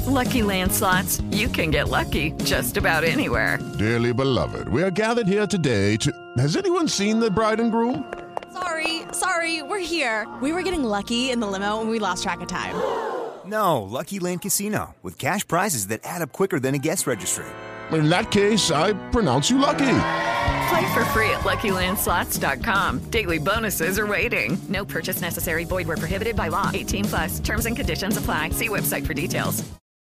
Lucky Land Slots, you can get lucky just about anywhere. Dearly beloved, we are gathered here today to... Has anyone seen the bride and groom? Sorry, we're here. We were getting lucky in the limo and we lost track of time. No, Lucky Land Casino, with cash prizes that add up quicker than a guest registry. In that case, I pronounce you lucky. Play for free at LuckyLandSlots.com. Daily bonuses are waiting. No purchase necessary. Void where prohibited by law. 18+. Terms and conditions apply. See website for details.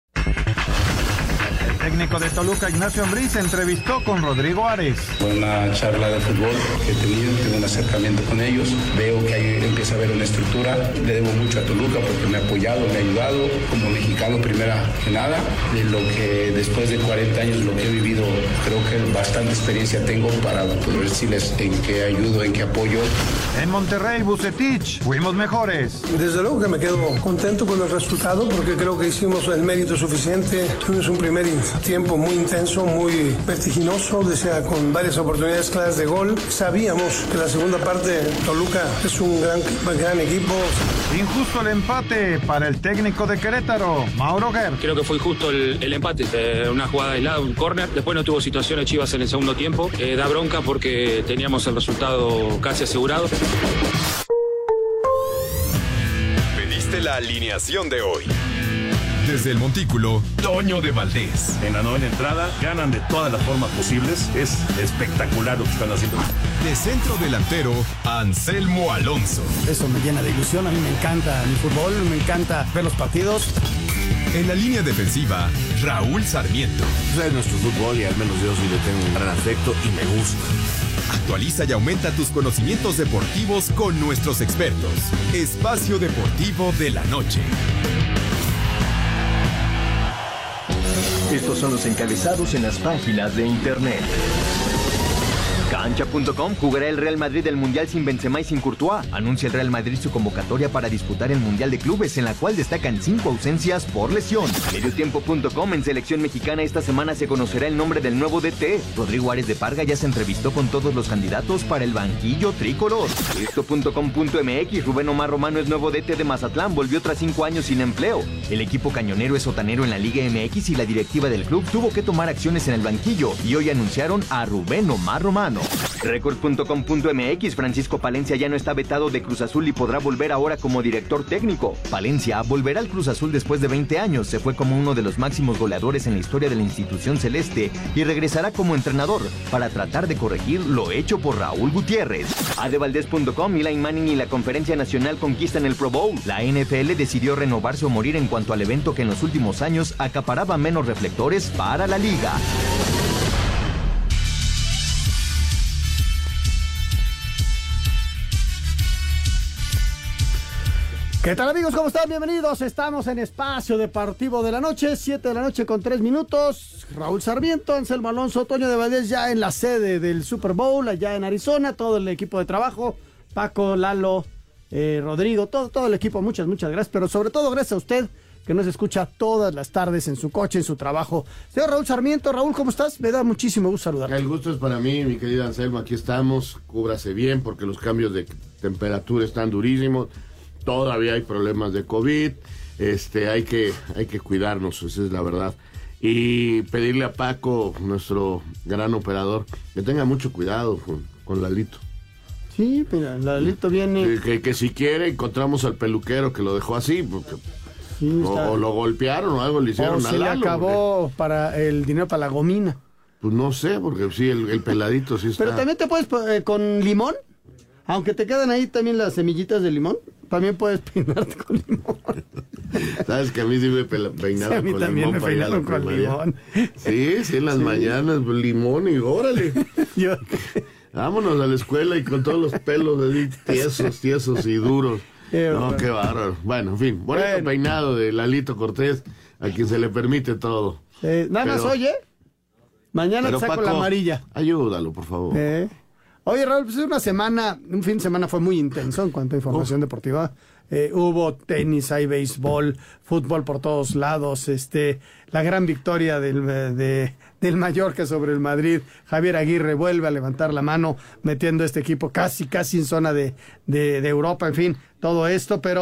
El técnico de Toluca, Ignacio Ambriz, se entrevistó con Rodrigo Ares. Una charla de fútbol que he tenido, tengo un acercamiento con ellos. Veo que ahí empieza a haber una estructura. Le debo mucho a Toluca porque me ha apoyado, me ha ayudado como mexicano primera que nada. De lo que después de 40 años, lo que he vivido, creo que bastante experiencia tengo para poder decirles en qué ayudo, en qué apoyo. En Monterrey, Vucetich, fuimos mejores. Desde luego que me quedo contento con el resultado porque creo que hicimos el mérito suficiente. Tuvimos un primer tiempo muy intenso, muy vertiginoso, con varias oportunidades claras de gol. Sabíamos que la segunda parte Toluca es un gran equipo. Injusto el empate para el técnico de Querétaro, Mauro Guerra. Creo que fue injusto el empate, una jugada aislada, un córner. Después no tuvo situaciones Chivas en el segundo tiempo. Da bronca porque teníamos el resultado casi asegurado. Pediste la alineación de hoy. Desde el Montículo, Toño de Valdés. En la novena entrada, ganan de todas las formas posibles. Es espectacular lo que están haciendo. De centro delantero, Anselmo Alonso. Eso me llena de ilusión. A mí me encanta mi fútbol, me encanta ver los partidos. En la línea defensiva, Raúl Sarmiento. Es nuestro fútbol y al menos yo sí le tengo un gran afecto y me gusta. Actualiza y aumenta tus conocimientos deportivos con nuestros expertos. Espacio Deportivo de la Noche. Estos son los encabezados en las páginas de internet. Cancha.com, jugará el Real Madrid el Mundial sin Benzema y sin Courtois. Anuncia el Real Madrid su convocatoria para disputar el Mundial de Clubes, en la cual destacan 5 ausencias por lesión. Mediotiempo.com, en selección mexicana esta semana se conocerá el nombre del nuevo DT. Rodrigo Ares de Parga ya se entrevistó con todos los candidatos para el banquillo tricolor. Esto.com.mx, Rubén Omar Romano es nuevo DT de Mazatlán, volvió tras 5 años sin empleo. El equipo cañonero es sotanero en la Liga MX y la directiva del club tuvo que tomar acciones en el banquillo y hoy anunciaron a Rubén Omar Romano. Record.com.mx, Francisco Palencia ya no está vetado de Cruz Azul y podrá volver ahora como director técnico. Palencia volverá al Cruz Azul después de 20 años, se fue como uno de los máximos goleadores en la historia de la institución celeste y regresará como entrenador para tratar de corregir lo hecho por Raúl Gutiérrez. Adevaldez.com, Eli Manning y la Conferencia Nacional conquistan el Pro Bowl. La NFL decidió renovarse o morir en cuanto al evento que en los últimos años acaparaba menos reflectores para la liga. ¿Qué tal, amigos? ¿Cómo están? Bienvenidos. Estamos en Espacio Deportivo de la Noche, 7 de la noche con 3 minutos. Raúl Sarmiento, Anselmo Alonso, Toño de Valdés ya en la sede del Super Bowl, allá en Arizona, todo el equipo de trabajo, Paco, Lalo, Rodrigo, todo el equipo, muchas gracias, pero sobre todo gracias a usted que nos escucha todas las tardes en su coche, en su trabajo. Señor Raúl Sarmiento, Raúl, ¿cómo estás? Me da muchísimo gusto saludarte. El gusto es para mí, mi querido Anselmo, aquí estamos, cúbrase bien porque los cambios de temperatura están durísimos. Todavía hay problemas de COVID, hay que cuidarnos, esa es la verdad. Y pedirle a Paco, nuestro gran operador, que tenga mucho cuidado con Lalito. Sí, mira, Lalito viene... Que si quiere encontramos al peluquero que lo dejó así, porque sí, o lo golpearon o algo le hicieron a Lalo. Se le acabó porque... para el dinero para la gomina. Pues no sé, porque sí, el peladito sí está... Pero también te puedes, con limón, aunque te quedan ahí también las semillitas de limón, también puedes peinarte con limón. Sabes que a mí sí me peinaron a mí con también limón. Me peinaron con limón. Sí, en las mañanas, limón y órale. Vámonos a la escuela y con todos los pelos tiesos y duros. Qué bárbaro. Bueno, en fin, bonito peinado de Lalito Cortés, a quien se le permite todo. Nada más, oye, mañana te saco Paco, la amarilla. Ayúdalo, por favor. Oye, Raúl, pues un fin de semana fue muy intenso en cuanto a información deportiva. Hubo tenis, hay béisbol, fútbol por todos lados, la gran victoria del Mallorca sobre el Madrid. Javier Aguirre vuelve a levantar la mano, metiendo este equipo casi en zona de Europa, en fin, todo esto, pero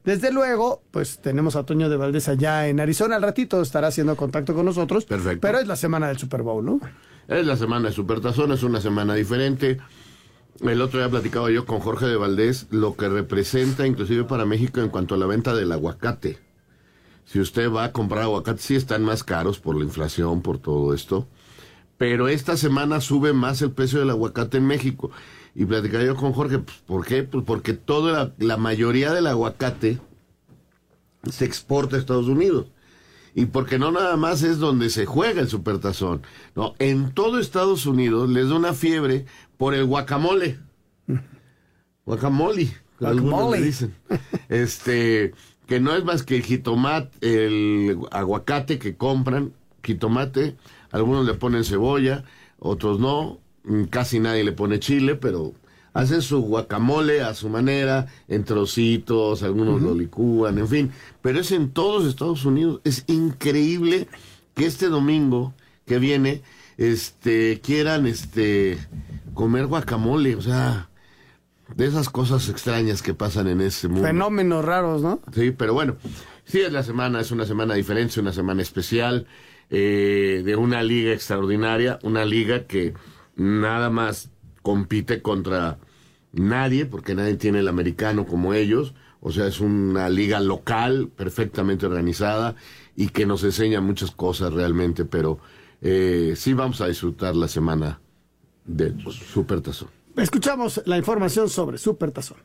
Desde luego, pues tenemos a Toño de Valdés allá en Arizona. Al ratito estará haciendo contacto con nosotros. Perfecto. Pero es la semana del Super Bowl, ¿no? Es la semana de Supertazón, es una semana diferente. El otro día platicaba yo con Jorge de Valdés lo que representa inclusive para México en cuanto a la venta del aguacate. Si usted va a comprar aguacate, sí están más caros por la inflación, por todo esto. Pero esta semana sube más el precio del aguacate en México. Y platicaba yo con Jorge, pues, ¿por qué? Pues porque toda la mayoría del aguacate se exporta a Estados Unidos. Y porque no nada más es donde se juega el Supertazón. No, en todo Estados Unidos les da una fiebre por el guacamole. Guacamole, algunos le dicen. Que no es más que el jitomate, el aguacate que compran, jitomate, algunos le ponen cebolla, otros no, casi nadie le pone chile, pero hacen su guacamole a su manera, en trocitos, algunos lo licúan, en fin. Pero es en todos Estados Unidos. Es increíble que este domingo que viene, quieran, comer guacamole, o sea, de esas cosas extrañas que pasan en ese mundo. Fenómenos raros, ¿no? Sí, pero bueno, sí es una semana diferente, es una semana especial, de una liga extraordinaria, una liga que nada más compite contra nadie, porque nadie tiene el americano como ellos, o sea, es una liga local, perfectamente organizada, y que nos enseña muchas cosas realmente, pero sí vamos a disfrutar la semana del Supertazón. Escuchamos la información sobre Supertazón.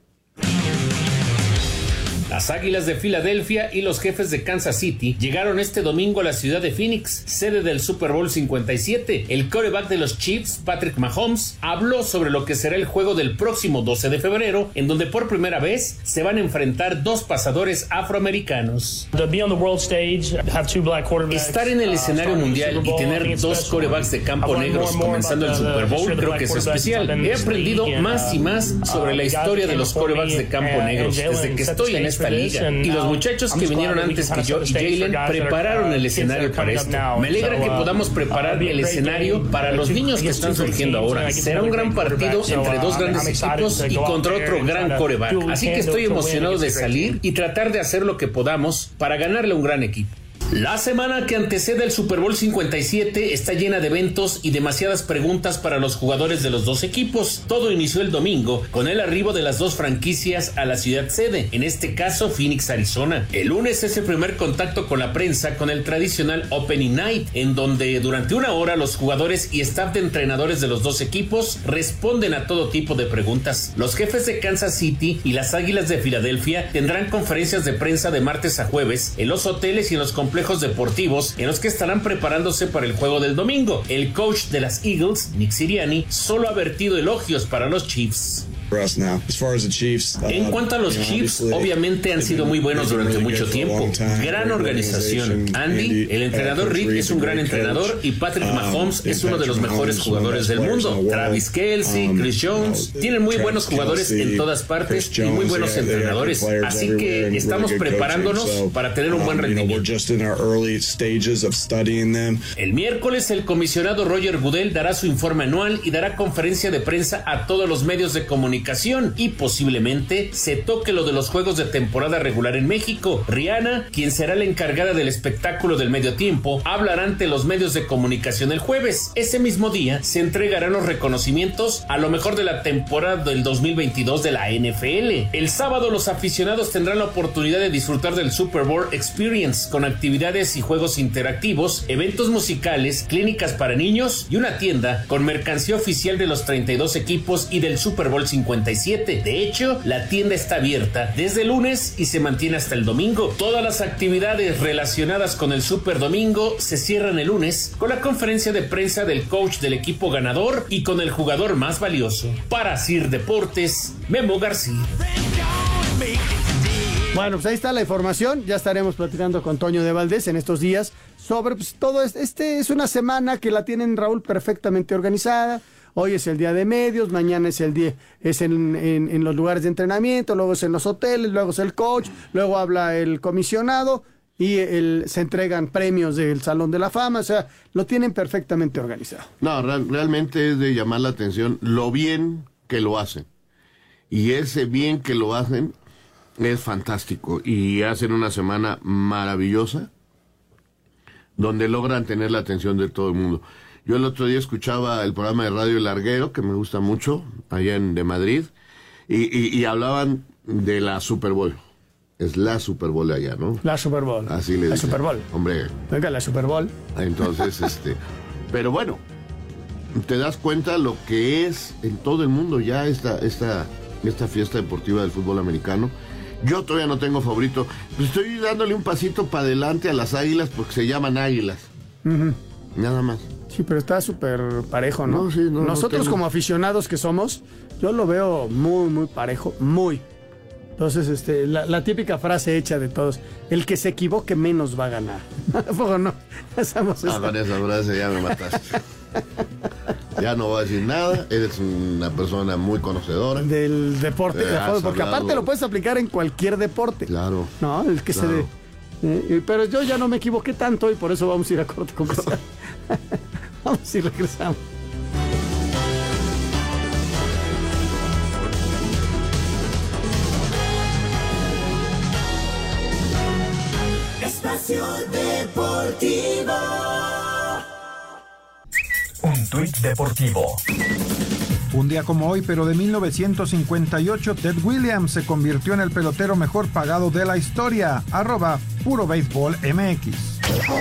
Las Águilas de Filadelfia y los Jefes de Kansas City llegaron este domingo a la ciudad de Phoenix, sede del Super Bowl 57. El quarterback de los Chiefs, Patrick Mahomes, habló sobre lo que será el juego del próximo 12 de febrero, en donde por primera vez se van a enfrentar dos pasadores afroamericanos. Estar en el escenario mundial y tener dos quarterbacks de campo negros comenzando el Super Bowl creo que es especial. He aprendido más y más sobre la historia de los quarterbacks de campo negros desde que estoy en esta liga, y los muchachos que vinieron antes que yo y Jalen prepararon el escenario para esto. Me alegra que podamos preparar el escenario para los niños que están surgiendo ahora. Será un gran partido entre dos grandes equipos y contra otro gran quarterback, así que estoy emocionado de salir y tratar de hacer lo que podamos para ganarle a un gran equipo. La semana que antecede el Super Bowl 57 está llena de eventos y demasiadas preguntas para los jugadores de los dos equipos. Todo inició el domingo con el arribo de las dos franquicias a la ciudad sede, en este caso Phoenix, Arizona. El lunes es el primer contacto con la prensa con el tradicional Opening Night, en donde durante una hora los jugadores y staff de entrenadores de los dos equipos responden a todo tipo de preguntas. Los Jefes de Kansas City y las Águilas de Filadelfia tendrán conferencias de prensa de martes a jueves en los hoteles y en los complejos deportivos en los que estarán preparándose para el juego del domingo. El coach de las Eagles, Nick Sirianni, solo ha vertido elogios para los Chiefs. En cuanto a los Chiefs, obviamente han sido muy buenos durante mucho tiempo. Gran organización. Andy, el entrenador Reid, es un gran entrenador, y Patrick Mahomes es uno de los mejores jugadores del mundo. Travis Kelce, Chris Jones, tienen muy buenos jugadores en todas partes y muy buenos entrenadores. Así que estamos preparándonos para tener un buen rendimiento. El miércoles, el comisionado Roger Goodell dará su informe anual y dará conferencia de prensa a todos los medios de comunicación, y posiblemente se toque lo de los juegos de temporada regular en México. Rihanna, quien será la encargada del espectáculo del medio tiempo, hablará ante los medios de comunicación el jueves. Ese mismo día se entregarán los reconocimientos a lo mejor de la temporada del 2022 de la NFL. El sábado los aficionados tendrán la oportunidad de disfrutar del Super Bowl Experience con actividades y juegos interactivos, eventos musicales, clínicas para niños y una tienda con mercancía oficial de los 32 equipos y del Super Bowl 57. De hecho, la tienda está abierta desde el lunes y se mantiene hasta el domingo. Todas las actividades relacionadas con el Super Domingo se cierran el lunes con la conferencia de prensa del coach del equipo ganador y con el jugador más valioso. Para Sir Deportes, Memo García. Bueno, pues ahí está la información. Ya estaremos platicando con Toño de Valdés en estos días sobre todo esto. Es una semana que la tienen, Raúl, perfectamente organizada. Hoy es el día de medios, mañana es el día, es en los lugares de entrenamiento, luego es en los hoteles, luego es el coach, luego habla el comisionado y se entregan premios del Salón de la Fama. O sea, lo tienen perfectamente organizado. No, realmente es de llamar la atención lo bien que lo hacen. Y ese bien que lo hacen es fantástico y hacen una semana maravillosa donde logran tener la atención de todo el mundo. Yo el otro día escuchaba el programa de Radio El Larguero, que me gusta mucho, allá de Madrid, y hablaban de la Super Bowl. Es la Super Bowl allá, ¿no? La Super Bowl. Así le dicen. La Super Bowl. Hombre. Venga, la Super Bowl. Entonces, pero bueno, te das cuenta lo que es en todo el mundo ya esta fiesta deportiva del fútbol americano. Yo todavía no tengo favorito. Estoy dándole un pasito para adelante a las Águilas porque se llaman Águilas. Uh-huh. Nada más. Sí, pero está súper parejo, ¿no? Sí, Nosotros como aficionados que somos, yo lo veo muy, muy parejo, muy. Entonces, la típica frase hecha de todos, el que se equivoque menos va a ganar. ¿Poco no? Con esa frase ya me mataste. Ya no voy a decir nada, eres una persona muy conocedora. Del deporte, porque aparte lo puedes aplicar en cualquier deporte. Claro. No, el que claro. pero yo ya no me equivoqué tanto y por eso vamos a ir a corte comercial. Vamos y regresamos. Espacio Deportivo. Un tuit deportivo. Un día como hoy, pero de 1958, Ted Williams se convirtió en el pelotero mejor pagado de la historia. @PuroBaseballMX.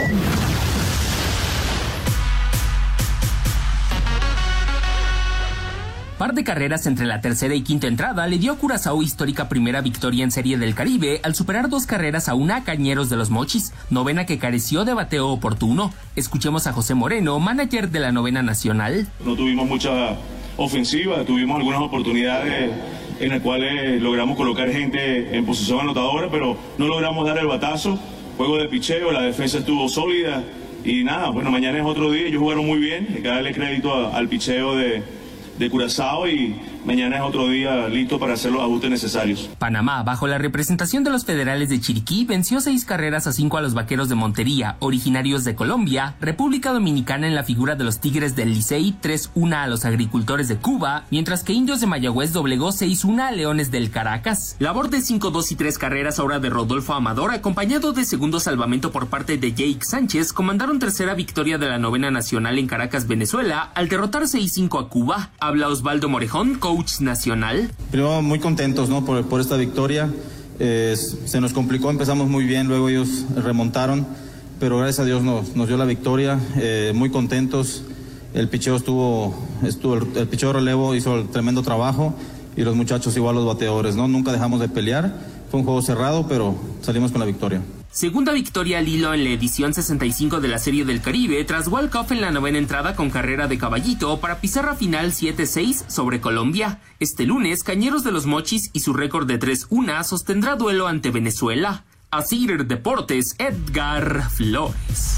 Par de carreras entre la tercera y quinta entrada le dio a Curazao histórica primera victoria en Serie del Caribe al superar 2-1 a Cañeros de los Mochis, novena que careció de bateo oportuno. Escuchemos a José Moreno, manager de la novena nacional. No tuvimos mucha ofensiva, tuvimos algunas oportunidades en las cuales logramos colocar gente en posición anotadora, pero no logramos dar el batazo. Juego de picheo, la defensa estuvo sólida y nada, bueno, mañana es otro día, ellos jugaron muy bien, hay que darle crédito al picheo de Curazao y mañana es otro día listo para hacer los ajustes necesarios. Panamá, bajo la representación de los Federales de Chiriquí, venció 6-5 a los Vaqueros de Montería, originarios de Colombia. República Dominicana en la figura de los Tigres del Licey, 3-1 a los Agricultores de Cuba, mientras que Indios de Mayagüez doblegó 6-1 a Leones del Caracas. Labor de 5-2 y 3 carreras ahora de Rodolfo Amador, acompañado de segundo salvamento por parte de Jake Sánchez, comandaron tercera victoria de la novena nacional en Caracas, Venezuela, al derrotar 6-5 a Cuba. Habla Osvaldo Morejón, coach nacional. Primero, muy contentos, ¿no? por esta victoria. Se nos complicó, empezamos muy bien, luego ellos remontaron, pero gracias a Dios nos dio la victoria. Muy contentos. El picheo el picheo relevo hizo el tremendo trabajo y los muchachos igual los bateadores, ¿no? Nunca dejamos de pelear. Fue un juego cerrado, pero salimos con la victoria. Segunda victoria al hilo en la edición 65 de la Serie del Caribe, tras walk-off en la novena entrada con carrera de caballito para pizarra final 7-6 sobre Colombia. Este lunes, Cañeros de los Mochis y su récord de 3-1 sostendrá duelo ante Venezuela. Asir Deportes, Edgar Flores.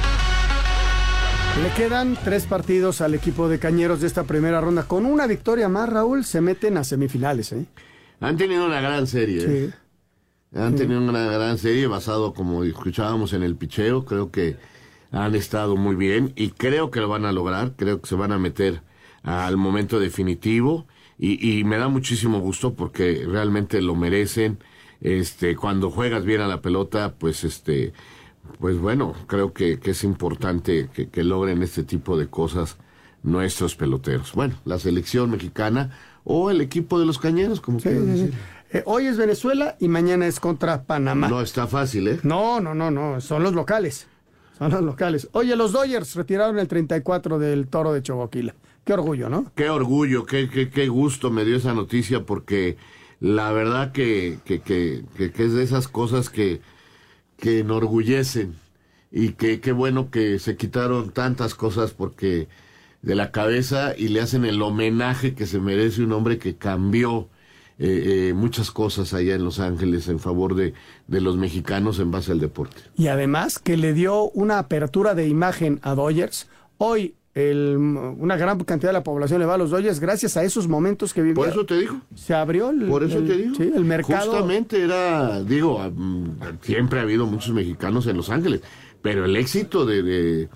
Le quedan 3 partidos al equipo de Cañeros de esta primera ronda. Con una victoria más, Raúl, se meten a semifinales, ¿eh? Han tenido una gran serie, ¿eh? Sí. Han tenido una gran serie basado, como escuchábamos, en el picheo. Creo que han estado muy bien y creo que lo van a lograr. Creo que se van a meter al momento definitivo y me da muchísimo gusto porque realmente lo merecen. Cuando juegas bien a la pelota, pues bueno, creo que es importante que logren este tipo de cosas nuestros peloteros. Bueno, la selección mexicana o el equipo de los Cañeros, como quieran decir. Hoy es Venezuela y mañana es contra Panamá. No está fácil, ¿eh? No, son los locales. Oye, los Dodgers retiraron el 34 del Toro de Choboquila. Qué orgullo, ¿no? Qué orgullo, qué gusto me dio esa noticia porque la verdad que es de esas cosas que enorgullecen y qué bueno que se quitaron tantas cosas porque de la cabeza y le hacen el homenaje que se merece un hombre que cambió muchas cosas allá en Los Ángeles en favor de los mexicanos en base al deporte. Y además que le dio una apertura de imagen a Dodgers. Hoy una gran cantidad de la población le va a los Dodgers gracias a esos momentos que vivieron. Por eso te digo. Se abrió el mercado. Justamente siempre ha habido muchos mexicanos en Los Ángeles, pero el éxito de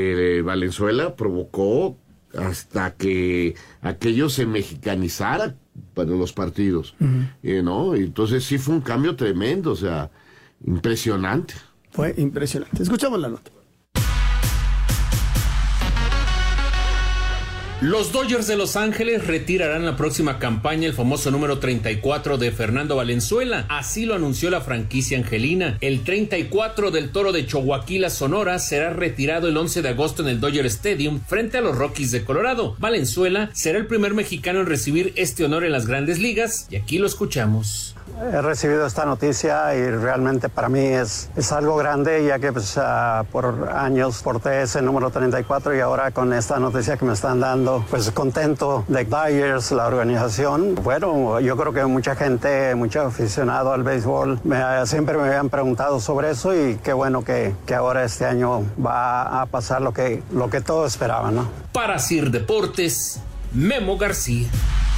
Valenzuela provocó hasta que aquello se mexicanizara. para los partidos, ¿no? Y entonces sí fue un cambio tremendo, o sea, impresionante. Fue impresionante. Escuchamos la nota. Los Dodgers de Los Ángeles retirarán la próxima campaña el famoso número 34 de Fernando Valenzuela. Así lo anunció la franquicia angelina. El 34 del Toro de Choaquila, Sonora, será retirado el 11 de agosto en el Dodger Stadium frente a los Rockies de Colorado. Valenzuela será el primer mexicano en recibir este honor en las Grandes Ligas y aquí lo escuchamos. He recibido esta noticia y realmente para mí es algo grande, ya que pues, por años porté ese número 34 y ahora con esta noticia que me están dando, pues contento de Dodgers, la organización. Bueno, yo creo que mucha gente, mucho aficionado al béisbol, siempre me habían preguntado sobre eso y qué bueno que ahora este año va a pasar lo que todos esperaban, ¿no? Para Sir Deportes, Memo García.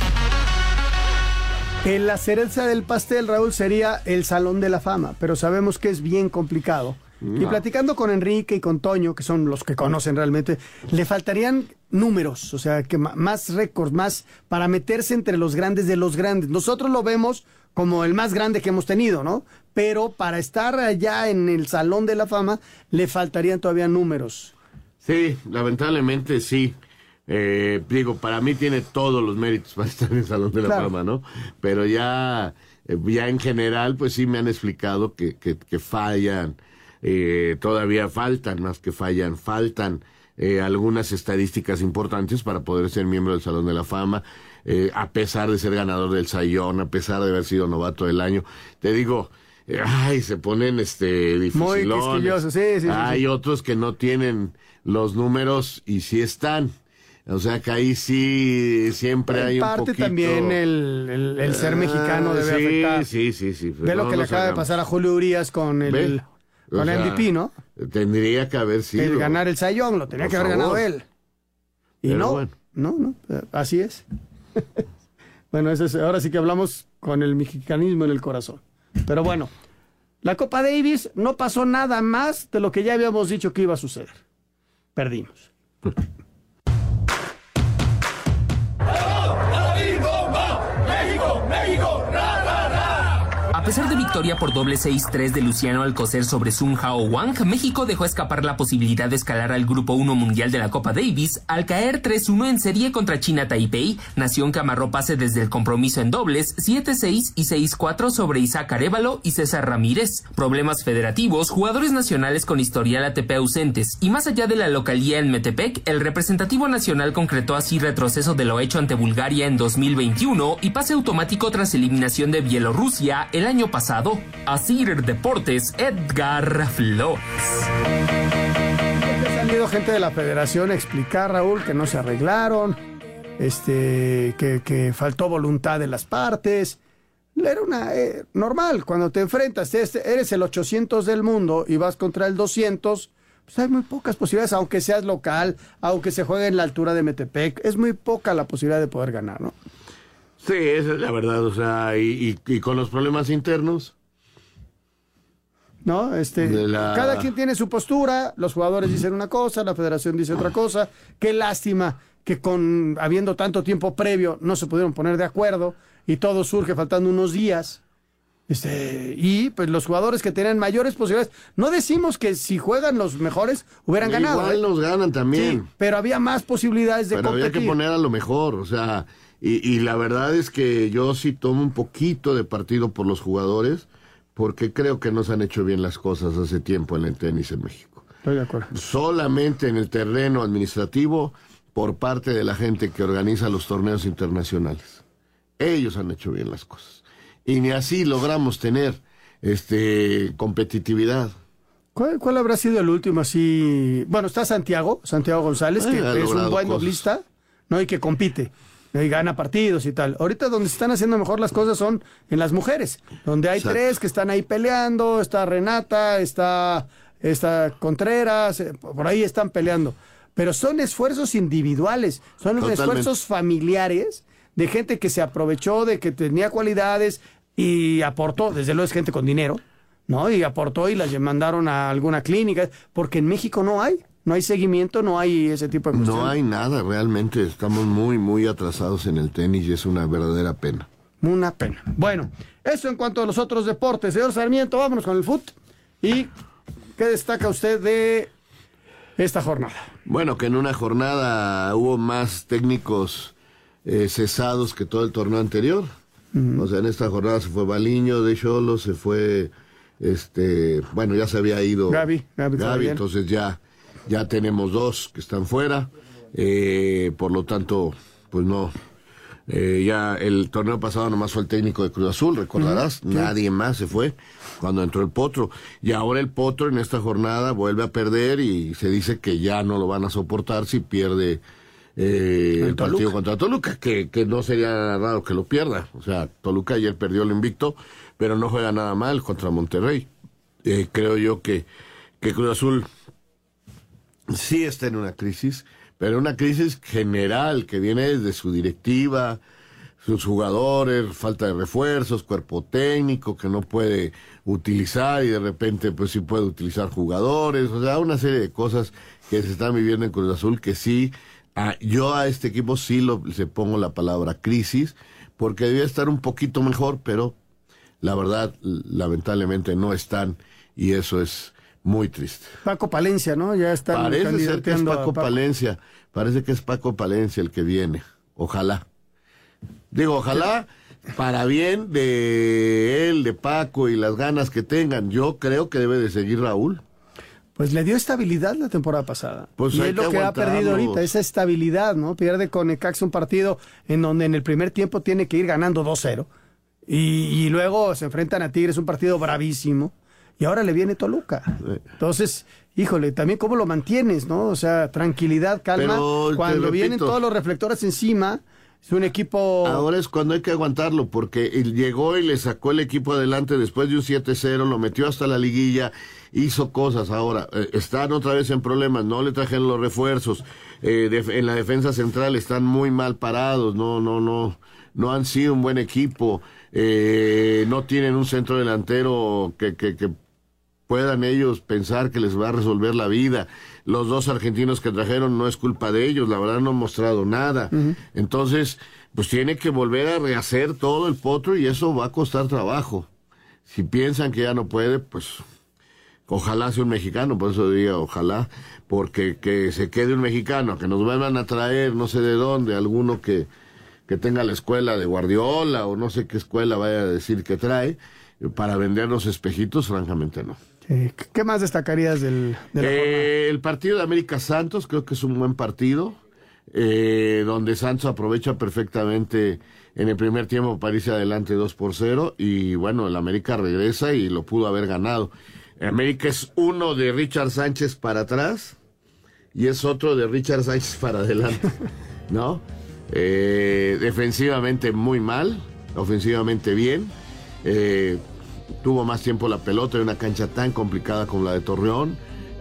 La cereza del pastel, Raúl, sería el Salón de la Fama, pero sabemos que es bien complicado. Y platicando con Enrique y con Toño, que son los que conocen realmente, le faltarían números, o sea, que más récords, más para meterse entre los grandes de los grandes. Nosotros lo vemos como el más grande que hemos tenido, ¿no? Pero para estar allá en el Salón de la Fama, le faltarían todavía números. Sí, lamentablemente sí. Digo, para mí tiene todos los méritos para estar en el Salón de la Fama, ¿no? Pero ya en general, pues sí me han explicado que fallan, todavía faltan, más que faltan algunas estadísticas importantes para poder ser miembro del Salón de la Fama, a pesar de ser ganador del Cy Young, a pesar de haber sido novato del año. Te digo, se ponen dificilones. Muy quisquillosos, sí. Hay otros que no tienen los números y sí están. O sea que ahí sí siempre hay un poquito... parte también el ser mexicano debe afectar. Sí. Ve lo que le acaba de pasar a Julio Urias con el MVP, ¿no? Tendría que haber sido. El ganar el Cy Young, lo tenía que haber ganado él. Y pero no, así es. Bueno, ahora sí que hablamos con el mexicanismo en el corazón. Pero bueno, la Copa Davis no pasó nada más de lo que ya habíamos dicho que iba a suceder. Perdimos. A pesar de victoria por doble 6-3 de Luciano Alcocer sobre Sun Hao Wang, México dejó escapar la posibilidad de escalar al Grupo 1 Mundial de la Copa Davis al caer 3-1 en serie contra China Taipei, nación que amarró pase desde el compromiso en dobles 7-6 y 6-4 sobre Isaac Arévalo y César Ramírez. Problemas federativos, jugadores nacionales con historial ATP ausentes y más allá de la localía en Metepec, el representativo nacional concretó así retroceso de lo hecho ante Bulgaria en 2021 y pase automático tras eliminación de Bielorrusia el año pasado. Asir Deportes, Edgar Flores. Ha salido gente de la federación a explicar, Raúl, que no se arreglaron, que faltó voluntad de las partes. Era una normal, cuando te enfrentas, eres el 800 del mundo y vas contra el 200, pues hay muy pocas posibilidades, aunque seas local, aunque se juegue en la altura de Metepec, es muy poca la posibilidad de poder ganar, ¿no? Sí, esa es la verdad, o sea, y con los problemas internos. ¿No? Cada quien tiene su postura, los jugadores dicen una cosa, la federación dice otra cosa. Qué lástima que habiendo tanto tiempo previo no se pudieron poner de acuerdo y todo surge faltando unos días. Y pues los jugadores que tenían mayores posibilidades, no decimos que si juegan los mejores hubieran ganado. Igual los ganan también. Sí, pero había más posibilidades de competir. Había que poner a lo mejor, o sea... Y la verdad es que yo sí tomo un poquito de partido por los jugadores, porque creo que no se han hecho bien las cosas hace tiempo en el tenis en México. Estoy de acuerdo. Solamente en el terreno administrativo por parte de la gente que organiza los torneos internacionales. Ellos han hecho bien las cosas. Y ni así logramos tener competitividad. ¿Cuál habrá sido el último así? Bueno, está Santiago González, que es un buen doblista, ¿no? Y que compite. Y gana partidos y tal. Ahorita donde se están haciendo mejor las cosas son en las mujeres, donde hay tres que están ahí peleando, está Renata, está Contreras, por ahí están peleando. Pero son esfuerzos individuales, son esfuerzos familiares de gente que se aprovechó de que tenía cualidades y aportó, desde luego es gente con dinero, ¿no? Y aportó y las mandaron a alguna clínica, porque en México no hay. No hay seguimiento, no hay ese tipo de cuestiones. No hay nada, realmente estamos muy, muy atrasados en el tenis y es una verdadera pena. Una pena. Bueno, eso en cuanto a los otros deportes. Señor Sarmiento, vámonos con el fútbol. ¿Y qué destaca usted de esta jornada? Bueno, que en una jornada hubo más técnicos cesados que todo el torneo anterior. O sea, en esta jornada se fue Baliño de Xolos, se fue, bueno, ya se había ido Gaby, entonces ya tenemos 2 que están fuera, por lo tanto, pues no, ya el torneo pasado nomás fue el técnico de Cruz Azul, recordarás, nadie más se fue cuando entró el Potro, y ahora el Potro en esta jornada vuelve a perder y se dice que ya no lo van a soportar si pierde el partido contra Toluca, que no sería raro que lo pierda. O sea, Toluca ayer perdió el invicto, pero no juega nada mal contra Monterrey. Creo yo que Cruz Azul sí está en una crisis, pero una crisis general que viene desde su directiva, sus jugadores, falta de refuerzos, cuerpo técnico que no puede utilizar y de repente pues sí puede utilizar jugadores, o sea, una serie de cosas que se están viviendo en Cruz Azul que sí, yo a este equipo sí le pongo la palabra crisis, porque debía estar un poquito mejor, pero la verdad, lamentablemente no están y eso es muy triste. Paco Palencia, ¿no? Ya está. Parece ser que es Paco Palencia, parece que es Paco Palencia el que viene, ojalá. Digo, ojalá para bien de él, de Paco y las ganas que tengan. Yo creo que debe de seguir Raúl. Pues le dio estabilidad la temporada pasada. Pues y es lo que ha perdido ahorita, esa estabilidad, ¿no? Pierde con Necaxa un partido en donde en el primer tiempo tiene que ir ganando 2-0. Y luego se enfrentan a Tigres, un partido bravísimo. Y ahora le viene Toluca. Entonces, híjole, también cómo lo mantienes, ¿no? O sea, tranquilidad, calma. Pero, cuando vienen todos los reflectores encima, es un equipo... Ahora es cuando hay que aguantarlo, porque él llegó y le sacó el equipo adelante después de un 7-0, lo metió hasta la liguilla, hizo cosas. Ahora, están otra vez en problemas, no le trajeron los refuerzos, en la defensa central están muy mal parados, no han sido un buen equipo, no tienen un centro delantero que puedan ellos pensar que les va a resolver la vida. Los 2 argentinos que trajeron no es culpa de ellos, la verdad no han mostrado nada. Entonces, pues tiene que volver a rehacer todo el Potro y eso va a costar trabajo. Si piensan que ya no puede, pues ojalá sea un mexicano, por eso diría ojalá, porque que se quede un mexicano, que nos vuelvan a traer no sé de dónde, alguno que tenga la escuela de Guardiola o no sé qué escuela vaya a decir que trae, para vender los espejitos, francamente no. ¿Qué más destacarías de la jornada? El partido de América Santos, creo que es un buen partido, donde Santos aprovecha perfectamente en el primer tiempo para irse adelante 2-0, y bueno, el América regresa y lo pudo haber ganado. América es uno de Richard Sánchez para atrás y es otro de Richard Sánchez para adelante, ¿no? Defensivamente muy mal, ofensivamente bien. Tuvo más tiempo la pelota en una cancha tan complicada como la de Torreón.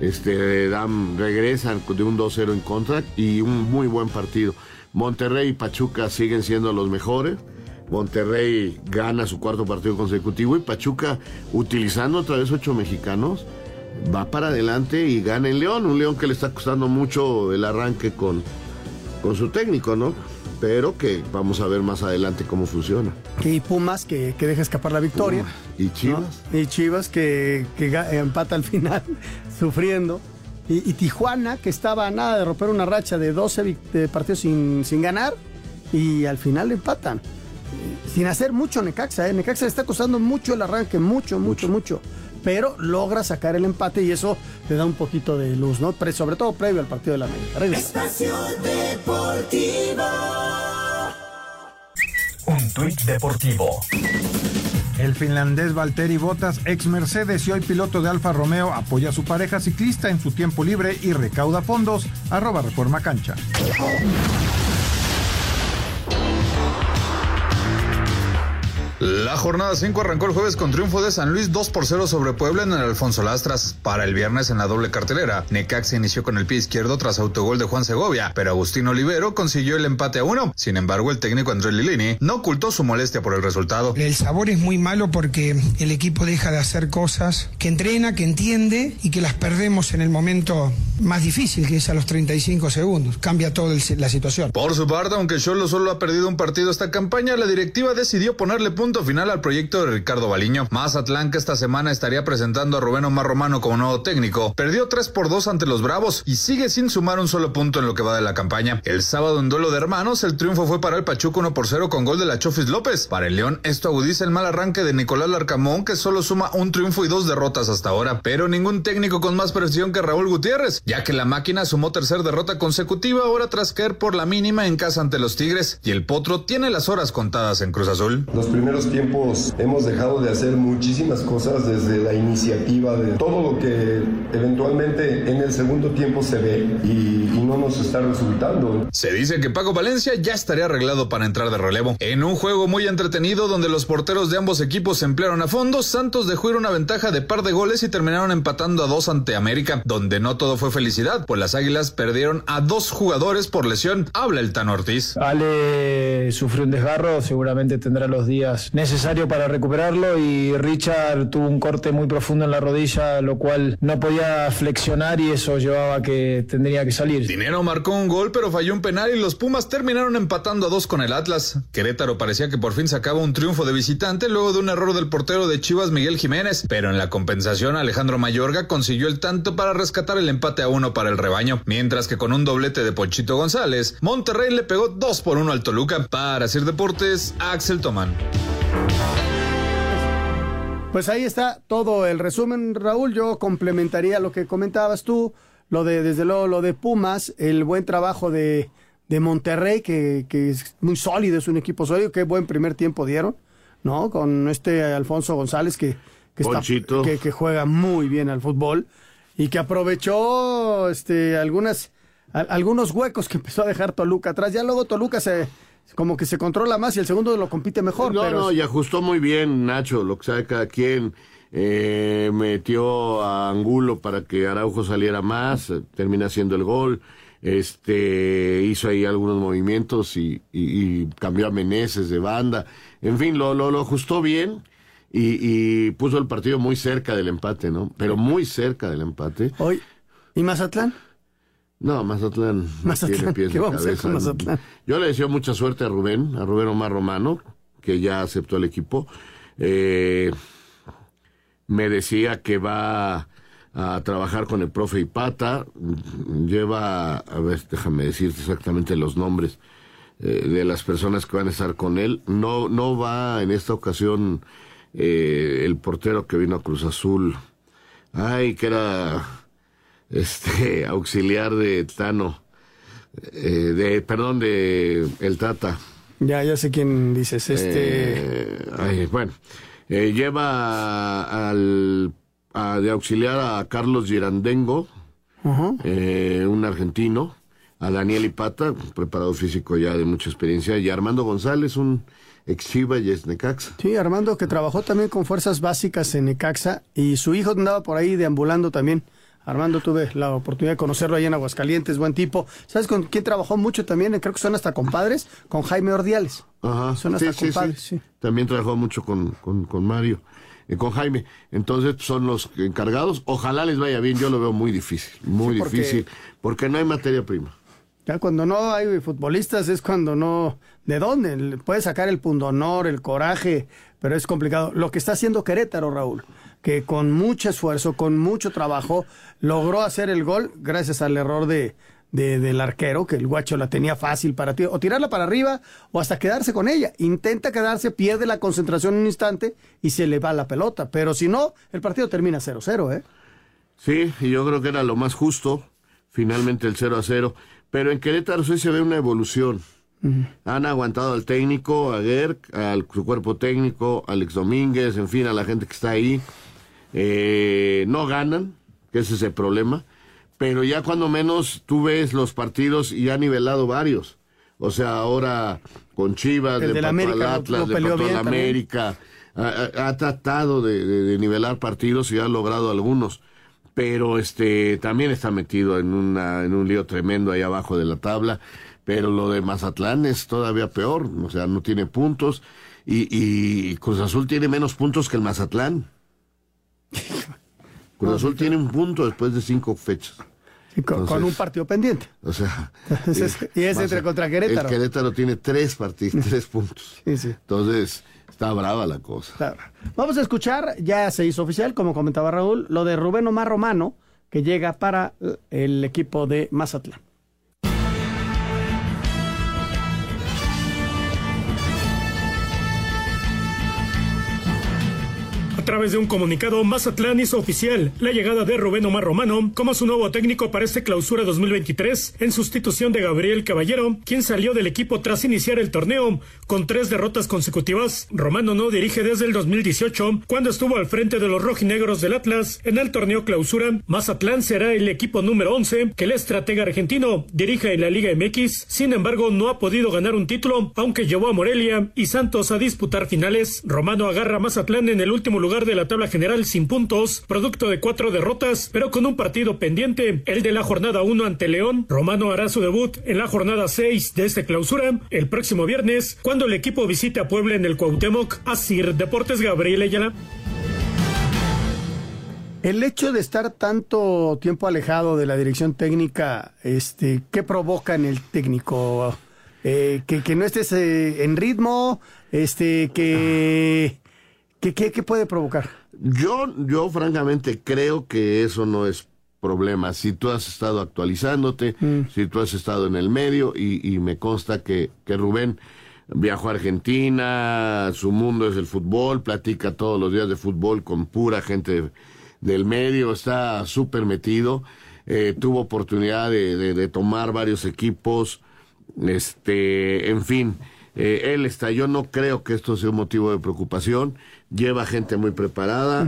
Regresan de un 2-0 en contra y un muy buen partido. Monterrey y Pachuca siguen siendo los mejores. Monterrey gana su 4º partido consecutivo y Pachuca, utilizando otra vez 8 mexicanos, va para adelante y gana en León. Un León que le está costando mucho el arranque con su técnico, ¿no? Pero que vamos a ver más adelante cómo funciona. Y Pumas que deja escapar la victoria. Y Chivas. ¿No? Y Chivas que empata al final, sufriendo. Y Tijuana, que estaba a nada de romper una racha de 12 partidos sin ganar, y al final empatan. Sin hacer mucho Necaxa, Necaxa le está costando mucho el arranque, mucho. Pero logra sacar el empate y eso le da un poquito de luz, ¿no? Pero sobre todo previo al partido de la América. Espacio Deportivo. Un tuit deportivo. El finlandés Valtteri Bottas, ex Mercedes y hoy piloto de Alfa Romeo, apoya a su pareja ciclista en su tiempo libre y recauda fondos. @Reforma Cancha. La jornada 5 arrancó el jueves con triunfo de San Luis 2-0 sobre Puebla en el Alfonso Lastras. Para el viernes en la doble cartelera, Necaxa inició con el pie izquierdo tras autogol de Juan Segovia, pero Agustín Olivero consiguió el empate a 1. Sin embargo, el técnico Andrés Lilini no ocultó su molestia por el resultado. El sabor es muy malo porque el equipo deja de hacer cosas que entrena, que entiende y que las perdemos en el momento más difícil, que es a los 35 segundos. Cambia toda la situación. Por su parte, aunque Xolo solo ha perdido un partido esta campaña, la directiva decidió ponerle punto final al proyecto de Ricardo Baliño. Mazatlán, que esta semana estaría presentando a Rubén Omar Romano como nuevo técnico, perdió 3-2 ante los Bravos y sigue sin sumar un solo punto en lo que va de la campaña. El sábado, en duelo de hermanos, el triunfo fue para el Pachuca 1-0 con gol de la Chofis López. Para el León, esto agudiza el mal arranque de Nicolás Larcamón, que solo suma un triunfo y 2 derrotas hasta ahora, pero ningún técnico con más presión que Raúl Gutiérrez, ya que la máquina sumó tercer derrota consecutiva ahora tras caer por la mínima en casa ante los Tigres, y el Potro tiene las horas contadas en Cruz Azul. Los primeros tiempos hemos dejado de hacer muchísimas cosas, desde la iniciativa, de todo lo que eventualmente en el segundo tiempo se ve y no nos está resultando. Se dice que Paco Valencia ya estaría arreglado para entrar de relevo. En un juego muy entretenido donde los porteros de ambos equipos se emplearon a fondo, Santos dejó ir una ventaja de par de goles y terminaron empatando a 2 ante América, donde no todo fue felicidad, pues las Águilas perdieron a 2 jugadores por lesión. Habla el Tano Ortiz. Ale sufrió un desgarro, seguramente tendrá los días necesarios para recuperarlo, y Richard tuvo un corte muy profundo en la rodilla, lo cual no podía flexionar y eso llevaba a que tendría que salir. Dinero marcó un gol pero falló un penal y los Pumas terminaron empatando a 2 con el Atlas. Querétaro parecía que por fin sacaba un triunfo de visitante luego de un error del portero de Chivas, Miguel Jiménez, pero en la compensación Alejandro Mayorga consiguió el tanto para rescatar el empate a 1 para el rebaño, mientras que con un doblete de Ponchito González, Monterrey le pegó 2-1 al Toluca. Para Sir Deportes, Axel Tomán. Pues ahí está todo el resumen, Raúl. Yo complementaría lo que comentabas tú, desde luego lo de Pumas, el buen trabajo de Monterrey, que es muy sólido, es un equipo sólido. Qué buen primer tiempo dieron, ¿no? Con Alfonso González, que juega muy bien al fútbol y que aprovechó algunos huecos que empezó a dejar Toluca atrás. Ya luego Toluca como que se controla más y el segundo lo compite mejor. Y ajustó muy bien Nacho, lo que sabe cada quien. Metió a Angulo para que Araujo saliera más, termina haciendo el gol. Hizo ahí algunos movimientos y cambió a Meneses de banda. En fin, lo ajustó bien y puso el partido muy cerca del empate, ¿no? Pero muy cerca del empate. Hoy. ¿Y Mazatlán? No, Mazatlán tiene pies ¿qué de vamos a hacer cabeza. con Mazatlán? Yo le deseo mucha suerte a Rubén Omar Romano, que ya aceptó el equipo. Me decía que va a trabajar con el profe Ipata. Déjame decirte exactamente los nombres de las personas que van a estar con él. No va en esta ocasión el portero que vino a Cruz Azul. Que era auxiliar de Tano. de el Tata. Ya sé quién dices. Lleva de auxiliar a Carlos Girandengo, un argentino, a Daniel Ipata, preparado físico ya de mucha experiencia, y a Armando González, un ex Chivas y ex Necaxa. Sí, Armando, que trabajó también con fuerzas básicas en Necaxa, y su hijo andaba por ahí deambulando también. Armando, tuve la oportunidad de conocerlo ahí en Aguascalientes, buen tipo. ¿Sabes con quién trabajó mucho también? Creo que son hasta compadres, con Jaime Ordiales. Ajá. Son hasta compadres, sí. También trabajó mucho con Mario, con Jaime. Entonces son los encargados. Ojalá les vaya bien, yo lo veo muy difícil, difícil, porque no hay materia prima. Ya cuando no hay futbolistas es cuando no... ¿De dónde? Puedes sacar el pundonor, el coraje, pero es complicado. Lo que está haciendo Querétaro, Raúl, que con mucho esfuerzo, con mucho trabajo, logró hacer el gol gracias al error del arquero, que el guacho la tenía fácil para ti, o tirarla para arriba, o hasta quedarse con ella. Intenta quedarse, pierde la concentración un instante y se le va la pelota. Pero si no, el partido termina 0-0, ¿eh? Sí, y yo creo que era lo más justo, finalmente el 0-0. Pero en Querétaro sí se ve una evolución. Han aguantado al técnico, a Gerg, su cuerpo técnico, a Alex Domínguez, en fin, a la gente que está ahí. No ganan, que ese es el problema, pero ya cuando menos tú ves los partidos y ha nivelado varios. O sea, ahora con Chivas, le empató al Atlas, le empató al América, ha tratado de nivelar partidos y ha logrado algunos. Pero también está metido en un lío tremendo ahí abajo de la tabla. Pero lo de Mazatlán es todavía peor, o sea, no tiene puntos y Cruz Azul tiene menos puntos que el Mazatlán. Cruz Azul tiene un punto después de 5 fechas. Sí, con un partido pendiente. O sea... y es entre contra Querétaro. El Querétaro tiene 3 puntos. Sí. Entonces, está brava la cosa. Claro. Vamos a escuchar, ya se hizo oficial, como comentaba Raúl, lo de Rubén Omar Romano, que llega para el equipo de Mazatlán. A través de un comunicado, Mazatlán hizo oficial la llegada de Rubén Omar Romano como su nuevo técnico para este clausura 2023, en sustitución de Gabriel Caballero, quien salió del equipo tras iniciar el torneo con 3 derrotas consecutivas. Romano no dirige desde el 2018, cuando estuvo al frente de los rojinegros del Atlas en el torneo clausura. Mazatlán será el equipo número 11 que el estratega argentino dirige en la Liga MX. Sin embargo, no ha podido ganar un título, aunque llevó a Morelia y Santos a disputar finales. Romano agarra a Mazatlán en el último lugar de la tabla general sin puntos, producto de 4 derrotas, pero con un partido pendiente, el de la jornada 1 ante León. Romano hará su debut en la jornada 6 de esta clausura el próximo viernes, cuando el equipo visite a Puebla en el Cuauhtémoc. Asir Deportes, Gabriel Ayala. El hecho de estar tanto tiempo alejado de la dirección técnica, ¿qué provoca en el técnico? Que no estés en ritmo, ¿Qué puede provocar? Yo francamente creo que eso no es problema. Si tú has estado actualizándote, si tú has estado en el medio, y me consta que Rubén viajó a Argentina, su mundo es el fútbol, platica todos los días de fútbol con pura gente del medio, está súper metido, tuvo oportunidad de tomar varios equipos, en fin... él está, yo no creo que esto sea un motivo de preocupación, lleva gente muy preparada,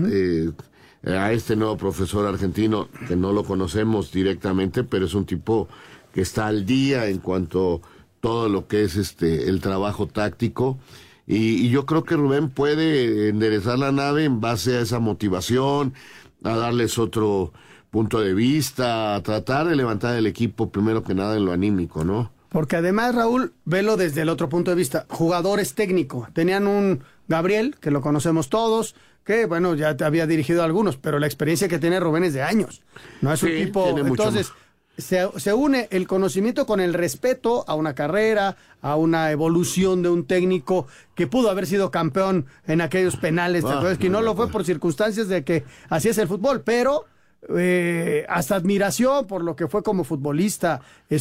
a este nuevo profesor argentino, que no lo conocemos directamente, pero es un tipo que está al día en cuanto a todo lo que es el trabajo táctico, y yo creo que Rubén puede enderezar la nave en base a esa motivación, a darles otro punto de vista, a tratar de levantar el equipo primero que nada en lo anímico, ¿no? Porque además, Raúl, velo desde el otro punto de vista, jugadores técnicos. Tenían un Gabriel, que lo conocemos todos, que bueno, ya te había dirigido a algunos, pero la experiencia que tiene Rubén es de años. No es un tipo... Entonces, se une el conocimiento con el respeto a una carrera, a una evolución de un técnico que pudo haber sido campeón en aquellos penales, que no lo fue por circunstancias de que así es el fútbol, pero... hasta admiración por lo que fue como futbolista.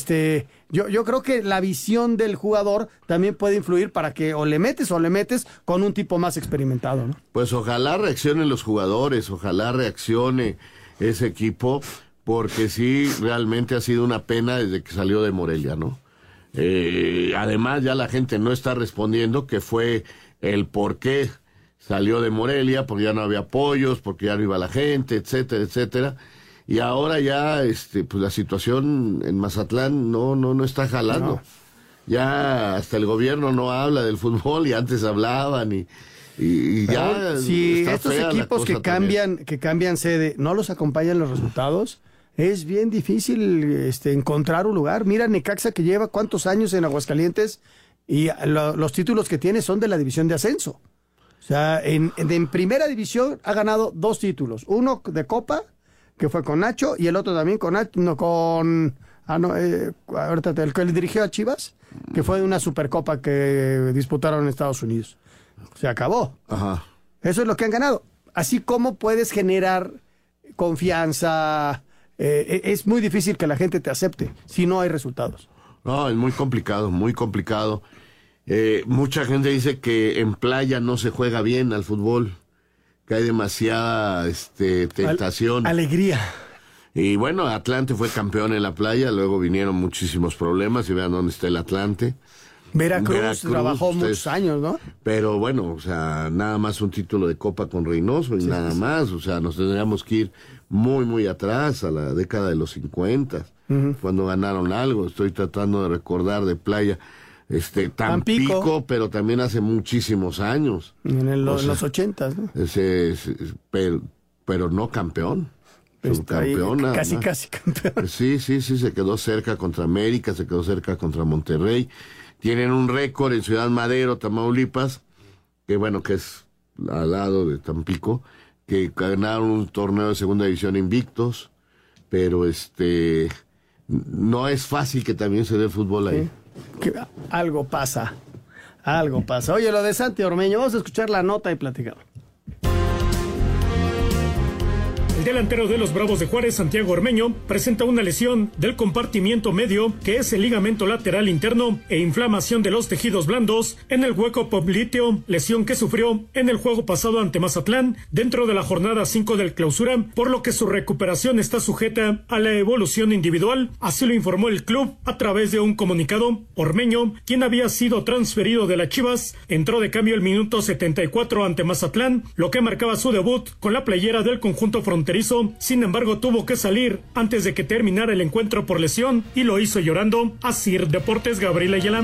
Yo creo que la visión del jugador también puede influir para que o le metes con un tipo más experimentado, ¿no? Pues ojalá reaccionen los jugadores, ojalá reaccione ese equipo, porque sí, realmente ha sido una pena desde que salió de Morelia, ¿no? Además ya la gente no está respondiendo, que fue el por qué salió de Morelia, porque ya no había apoyos, porque ya no iba la gente, etcétera, etcétera. Y ahora ya pues la situación en Mazatlán no está jalando. No. Ya hasta el gobierno no habla del fútbol, y antes hablaban, y ya si estos equipos que cambian sede no los acompañan los resultados, es bien difícil encontrar un lugar. Mira Necaxa, que lleva cuántos años en Aguascalientes, y los títulos que tiene son de la división de ascenso. O sea, en primera división ha ganado 2 títulos. Uno de Copa, que fue con Nacho, y el otro también con Nacho, ahorita el que le dirigió a Chivas, que fue de una Supercopa que disputaron en Estados Unidos. Se acabó. Ajá. Eso es lo que han ganado. Así como puedes generar confianza, es muy difícil que la gente te acepte si no hay resultados. No, es muy complicado, muy complicado. Mucha gente dice que en playa no se juega bien al fútbol, que hay demasiada tentación. Alegría. Y bueno, Atlante fue campeón en la playa, luego vinieron muchísimos problemas, y vean dónde está el Atlante. Veracruz trabajó muchos años, ¿no? Pero bueno, o sea, nada más un título de Copa con Reynoso y nada más. O sea, nos tendríamos que ir muy, muy atrás, a la década de los 50, cuando ganaron algo. Estoy tratando de recordar de playa. Tampico, pero también hace muchísimos años. En los 80, ¿no? Pero no campeón. Campeón, casi campeón. Sí, se quedó cerca contra América, se quedó cerca contra Monterrey. Tienen un récord en Ciudad Madero, Tamaulipas, que es al lado de Tampico, que ganaron un torneo de segunda división invictos, pero no es fácil que también se dé fútbol ahí. Algo pasa. Oye, lo de Santi Ormeño, vamos a escuchar la nota y platicamos. El delantero de los Bravos de Juárez, Santiago Ormeño, presenta una lesión del compartimiento medio, que es el ligamento lateral interno, e inflamación de los tejidos blandos en el hueco popliteo, lesión que sufrió en el juego pasado ante Mazatlán dentro de la jornada 5 del Clausura, por lo que su recuperación está sujeta a la evolución individual. Así lo informó el club a través de un comunicado. Ormeño, quien había sido transferido de las Chivas, entró de cambio el minuto 74 ante Mazatlán, lo que marcaba su debut con la playera del conjunto fronterizo. Sin embargo, tuvo que salir antes de que terminara el encuentro por lesión, y lo hizo llorando. Asir Deportes, Gabriel Ayala.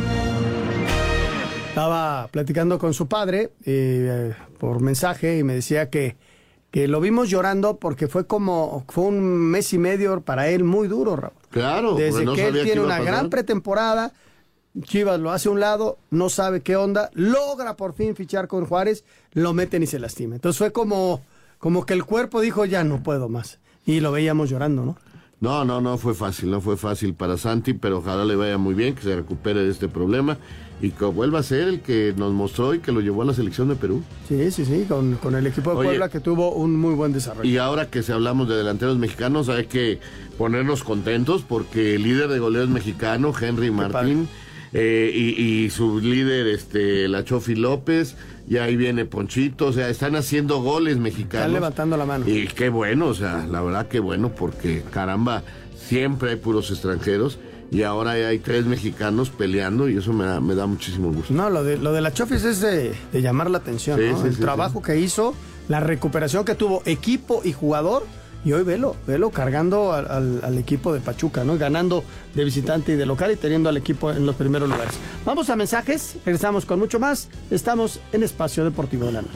Estaba platicando con su padre por mensaje y me decía que lo vimos llorando porque fue un mes y medio para él muy duro, Raúl. Claro. Desde que él tiene una gran pretemporada, Chivas lo hace a un lado, no sabe qué onda, logra por fin fichar con Juárez, lo meten y se lastima. Entonces fue como que el cuerpo dijo, ya no puedo más. Y lo veíamos llorando, ¿no? No fue fácil para Santi, pero ojalá le vaya muy bien, que se recupere de este problema y que vuelva a ser el que nos mostró y que lo llevó a la selección de Perú. Sí, con el equipo de Puebla, que tuvo un muy buen desarrollo. Y ahora que hablamos de delanteros mexicanos, hay que ponernos contentos porque el líder de goleo es mexicano, Henry Martín, y su líder, la Chofi López. Y ahí viene Ponchito, o sea, están haciendo goles mexicanos. Están levantando la mano. Y qué bueno, o sea, la verdad que bueno, porque caramba, siempre hay puros extranjeros y ahora hay 3 mexicanos peleando y eso me da muchísimo gusto. No, lo de la Chofis es de llamar la atención, ¿no? El trabajo que hizo, la recuperación que tuvo equipo y jugador. Y hoy velo cargando al equipo de Pachuca, ¿no? Ganando de visitante y de local y teniendo al equipo en los primeros lugares. Vamos a mensajes, regresamos con mucho más. Estamos en Espacio Deportivo de la Noche.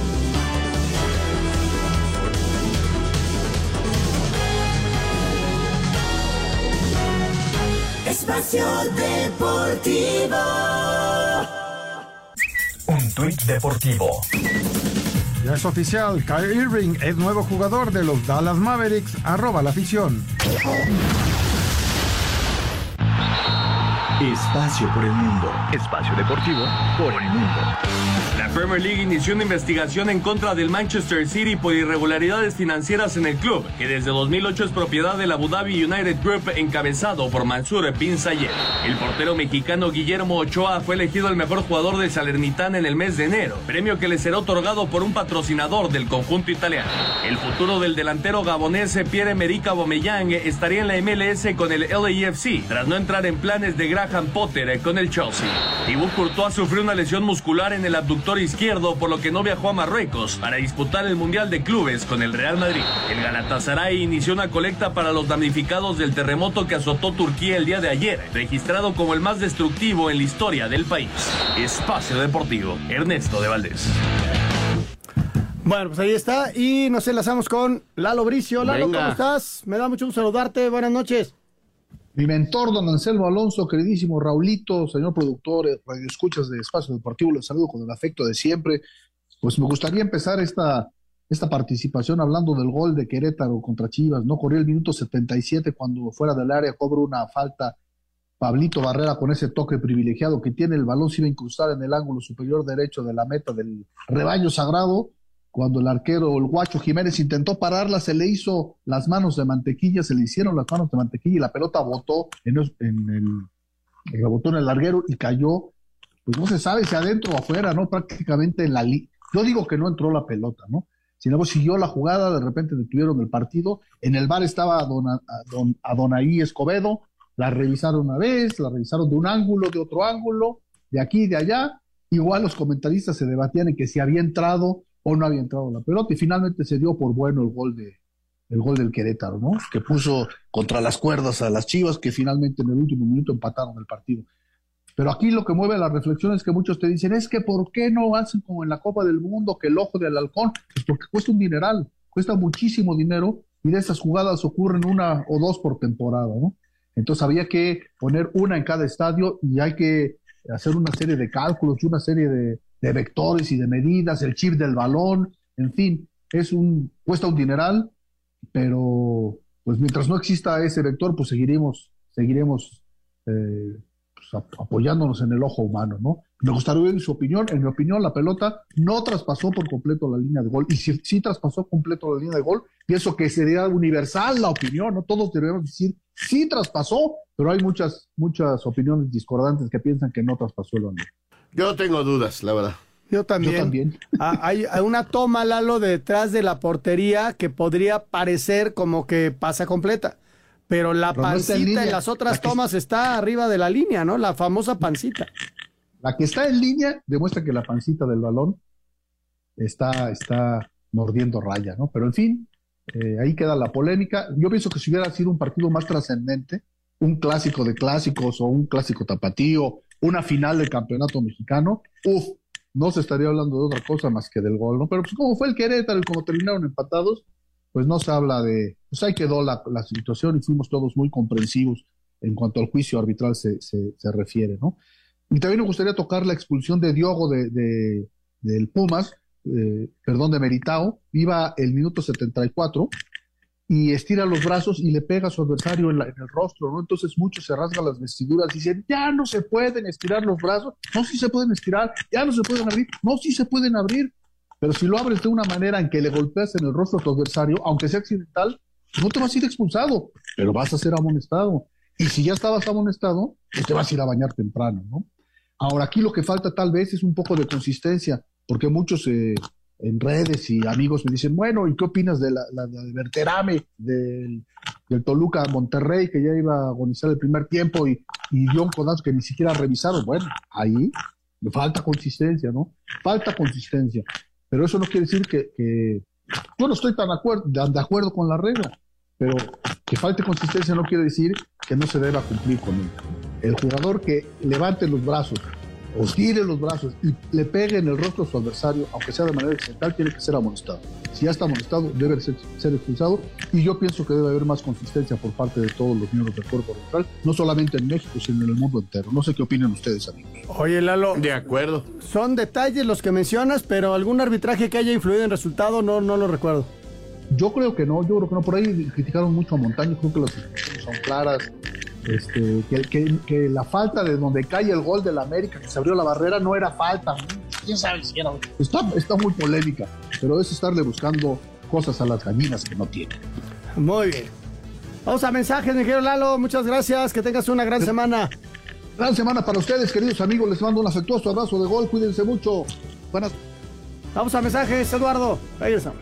Espacio Deportivo. Un tuit deportivo. Ya es oficial, Kyrie Irving es nuevo jugador de los Dallas Mavericks, @la afición. Espacio por el mundo. Espacio deportivo por el mundo. La Premier League inició una investigación en contra del Manchester City por irregularidades financieras en el club, que desde 2008 es propiedad del Abu Dhabi United Group, encabezado por Mansour bin Zayed. El portero mexicano Guillermo Ochoa fue elegido el mejor jugador de Salernitana en el mes de enero, premio que le será otorgado por un patrocinador del conjunto italiano. El futuro del delantero gabonés Pierre-Emerick Aubameyang estaría en la MLS con el LAFC, tras no entrar en planes de Graham Potter con el Chelsea. Thibaut Courtois sufrió una lesión muscular en el abductor izquierdo, por lo que no viajó a Marruecos para disputar el Mundial de Clubes con el Real Madrid. El Galatasaray inició una colecta para los damnificados del terremoto que azotó Turquía el día de ayer, registrado como el más destructivo en la historia del país. Espacio Deportivo, Ernesto de Valdés. Bueno, pues ahí está, y nos enlazamos con Lalo Bricio. Lalo, ¿cómo estás? Me da mucho gusto saludarte, buenas noches. Mi mentor, don Anselmo Alonso, queridísimo Raulito, señor productor, radioescuchas de Espacio Deportivo, les saludo con el afecto de siempre. Pues me gustaría empezar esta participación hablando del gol de Querétaro contra Chivas, ¿no? Corrió el minuto 77 cuando fuera del área cobra una falta Pablito Barrera con ese toque privilegiado que tiene, el balón se iba a incrustar en el ángulo superior derecho de la meta del rebaño sagrado. Cuando el arquero, el Guacho Jiménez, intentó pararla, se le hizo las manos de mantequilla, se le hicieron las manos de mantequilla y la pelota rebotó en el larguero y cayó, pues no se sabe si adentro o afuera, ¿no? Prácticamente en la yo digo que no entró la pelota, ¿no? Sin embargo, siguió la jugada, de repente detuvieron el partido, en el VAR estaba Adonai Escobedo, la revisaron una vez, la revisaron de un ángulo, de otro ángulo, de aquí y de allá, igual los comentaristas se debatían en que si había entrado o no había entrado la pelota, y finalmente se dio por bueno el gol del Querétaro, ¿no? Que puso contra las cuerdas a las Chivas, que finalmente en el último minuto empataron el partido. Pero aquí lo que mueve la reflexión es que muchos te dicen, es que ¿por qué no hacen como en la Copa del Mundo, que el ojo del halcón? Pues porque cuesta un dineral, cuesta muchísimo dinero, y de esas jugadas ocurren 1 o 2 por temporada, ¿no? Entonces había que poner una en cada estadio, y hay que hacer una serie de cálculos y una serie de vectores y de medidas, el chip del balón, en fin, cuesta un dineral, pero pues mientras no exista ese vector, pues seguiremos pues, apoyándonos en el ojo humano, ¿no? Me gustaría ver su opinión. En mi opinión, la pelota no traspasó por completo la línea de gol. Y si sí traspasó completo la línea de gol, pienso que sería universal la opinión, ¿no? Todos debemos decir, sí traspasó, pero hay muchas opiniones discordantes que piensan que no traspasó el balón. Yo tengo dudas, la verdad. Yo también. Hay una toma, Lalo, detrás de la portería que podría parecer como que pasa completa. Pero la pancita en las otras tomas está arriba de la línea, ¿no? La famosa pancita. La que está en línea demuestra que la pancita del balón está mordiendo raya, ¿no? Pero en fin, ahí queda la polémica. Yo pienso que si hubiera sido un partido más trascendente, un clásico de clásicos o un clásico tapatío, una final del campeonato mexicano, no se estaría hablando de otra cosa más que del gol, ¿no? Pero pues como fue el Querétaro y como terminaron empatados, pues no se habla de... Pues ahí quedó la situación y fuimos todos muy comprensivos en cuanto al juicio arbitral se refiere, ¿no? Y también me gustaría tocar la expulsión de Diogo del Pumas, de Meritao. Iba el minuto 74 y estira los brazos y le pega a su adversario en el rostro, ¿no? Entonces muchos se rasgan las vestiduras y dicen, ya no se pueden estirar los brazos. No, sí se pueden estirar. Ya no se pueden abrir. No, sí se pueden abrir. Pero si lo abres de una manera en que le golpeas en el rostro a tu adversario, aunque sea accidental, no te vas a ir expulsado, pero vas a ser amonestado. Y si ya estabas amonestado, pues te vas a ir a bañar temprano, ¿no? Ahora, aquí lo que falta tal vez es un poco de consistencia, porque muchos en redes y amigos me dicen, bueno, ¿y qué opinas de la de Berterame, del Toluca Monterrey, que ya iba a agonizar el primer tiempo y dio un codazo que ni siquiera revisaron? Bueno, ahí le falta consistencia, ¿no? Falta consistencia. Pero eso no quiere decir que yo no estoy tan de acuerdo con la regla, pero que falte consistencia no quiere decir que no se deba cumplir con él. El jugador que levante los brazos o tire los brazos y le pegue en el rostro a su adversario, aunque sea de manera accidental, tiene que ser amonestado. Si ya está amonestado, debe ser expulsado, y yo pienso que debe haber más consistencia por parte de todos los miembros del cuerpo arbitral, no solamente en México, sino en el mundo entero. No sé qué opinan ustedes, amigos. Oye, Lalo. De acuerdo. Son detalles los que mencionas, pero algún arbitraje que haya influido en el resultado no lo recuerdo. Yo creo que no. Por ahí criticaron mucho a Montaño, creo que las decisiones son claras. Que la falta de donde cae el gol del América, que se abrió la barrera, no era falta. ¿Quién sabe si era? Está muy polémica, pero es estarle buscando cosas a las gallinas que no tienen. Muy bien. Vamos a mensajes, mi querido Lalo. Muchas gracias. Que tengas una gran semana. Gran semana para ustedes, queridos amigos. Les mando un afectuoso abrazo de gol. Cuídense mucho. Buenas. Vamos a mensajes, Eduardo. Regresamos.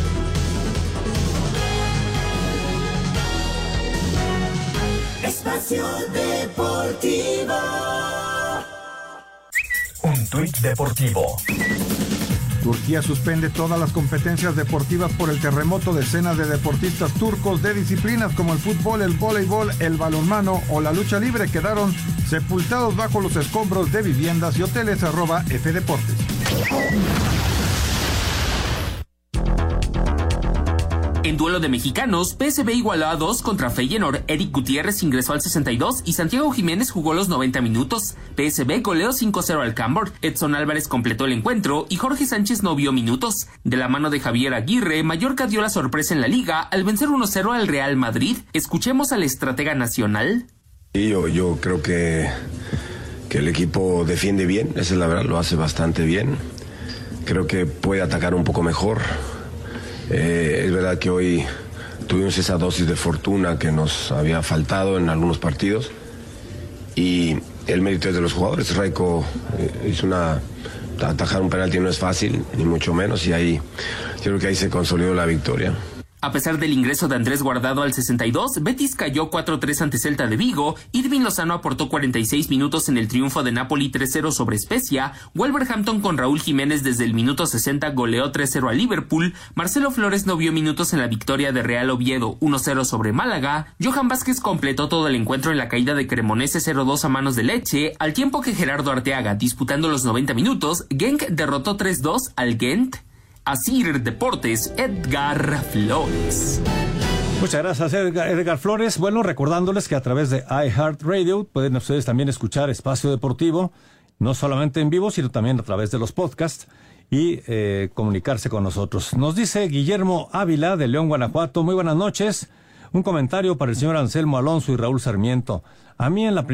Espacio Deportivo. Un tuit deportivo. Turquía suspende todas las competencias deportivas por el terremoto. Decenas de deportistas turcos de disciplinas como el fútbol, el voleibol, el balonmano o la lucha libre quedaron sepultados bajo los escombros de viviendas y hoteles. @FDeportes. En duelo de mexicanos, PSV igualó a 2 contra Feyenoord. Eric Gutiérrez ingresó al 62 y Santiago Jiménez jugó los 90 minutos. PSV goleó 5-0 al Cambor. Edson Álvarez completó el encuentro y Jorge Sánchez no vio minutos. De la mano de Javier Aguirre, Mallorca dio la sorpresa en la Liga al vencer 1-0 al Real Madrid. Escuchemos al estratega nacional. Yo creo que el equipo defiende bien, esa es la verdad, lo hace bastante bien. Creo que puede atacar un poco mejor. Es verdad que hoy tuvimos esa dosis de fortuna que nos había faltado en algunos partidos y el mérito es de los jugadores. Raico hizo atajar un penalti no es fácil, ni mucho menos, y ahí yo creo que ahí se consolidó la victoria. A pesar del ingreso de Andrés Guardado al 62, Betis cayó 4-3 ante Celta de Vigo, Irving Lozano aportó 46 minutos en el triunfo de Napoli 3-0 sobre Spezia, Wolverhampton con Raúl Jiménez desde el minuto 60 goleó 3-0 a Liverpool, Marcelo Flores no vio minutos en la victoria de Real Oviedo 1-0 sobre Málaga, Johan Vázquez completó todo el encuentro en la caída de Cremonese 0-2 a manos de Leche, al tiempo que Gerardo Arteaga, disputando los 90 minutos, Genk derrotó 3-2 al Ghent. Asir Deportes, Edgar Flores. Muchas gracias, Edgar Flores. Bueno, recordándoles que a través de iHeartRadio pueden ustedes también escuchar Espacio Deportivo, no solamente en vivo, sino también a través de los podcasts y comunicarse con nosotros. Nos dice Guillermo Ávila de León, Guanajuato. Muy buenas noches. Un comentario para el señor Anselmo Alonso y Raúl Sarmiento. A mí en la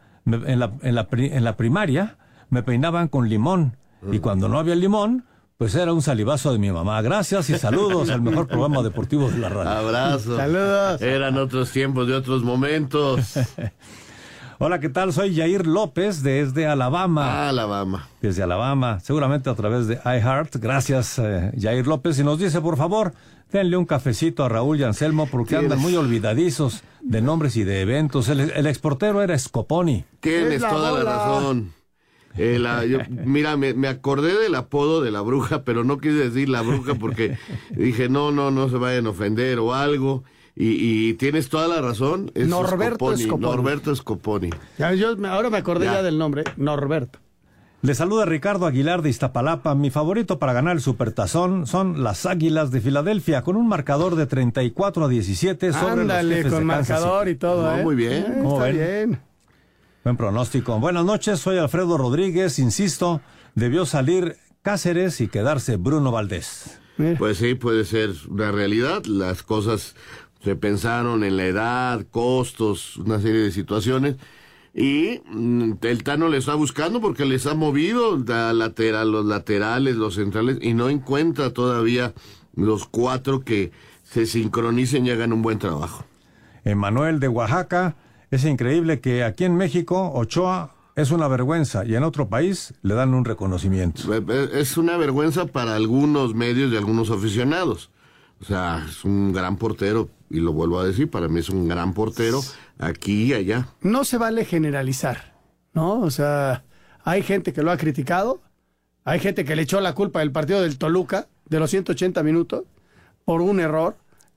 primaria me peinaban con limón, y cuando no había limón, pues era un salivazo de mi mamá. Gracias y saludos al mejor programa deportivo de la radio. Abrazo. Saludos. Eran otros tiempos de otros momentos. Hola, ¿qué tal? Soy Yair López desde Alabama. Alabama. Desde Alabama, seguramente a través de iHeart. Gracias, Yair López. Y nos dice, por favor, denle un cafecito a Raúl y Anselmo porque andan muy olvidadizos de nombres y de eventos. El exportero era Scoponi. Tienes toda la razón. Mira, me acordé del apodo de la bruja, pero no quise decir la bruja porque dije, no se vayan a ofender o algo. Y tienes toda la razón. Es Norberto Scoponi. Norberto Scoponi. Ahora me acordé ya del nombre, Norberto. Le saluda Ricardo Aguilar de Iztapalapa. Mi favorito para ganar el Supertazón son las Águilas de Filadelfia, con un marcador de 34-17 sobre los Jefes con de Kansas marcador City. y todo, Muy bien. ¿Cómo está ven? bien. Buen pronóstico. Buenas noches, soy Alfredo Rodríguez. Insisto, debió salir Cáceres y quedarse Bruno Valdés. Pues sí, puede ser una realidad. Las cosas se pensaron en la edad, costos, una serie de situaciones. Y el Tano le está buscando porque les ha movido los laterales, los centrales, y no encuentra todavía los 4 que se sincronicen y hagan un buen trabajo. Emanuel de Oaxaca. Es increíble que aquí en México Ochoa es una vergüenza y en otro país le dan un reconocimiento. Es una vergüenza para algunos medios y algunos aficionados. O sea, es un gran portero, y lo vuelvo a decir, para mí es un gran portero aquí y allá. No se vale generalizar, ¿no? O sea, hay gente que lo ha criticado, hay gente que le echó la culpa del partido del Toluca, de los 180 minutos, por un error,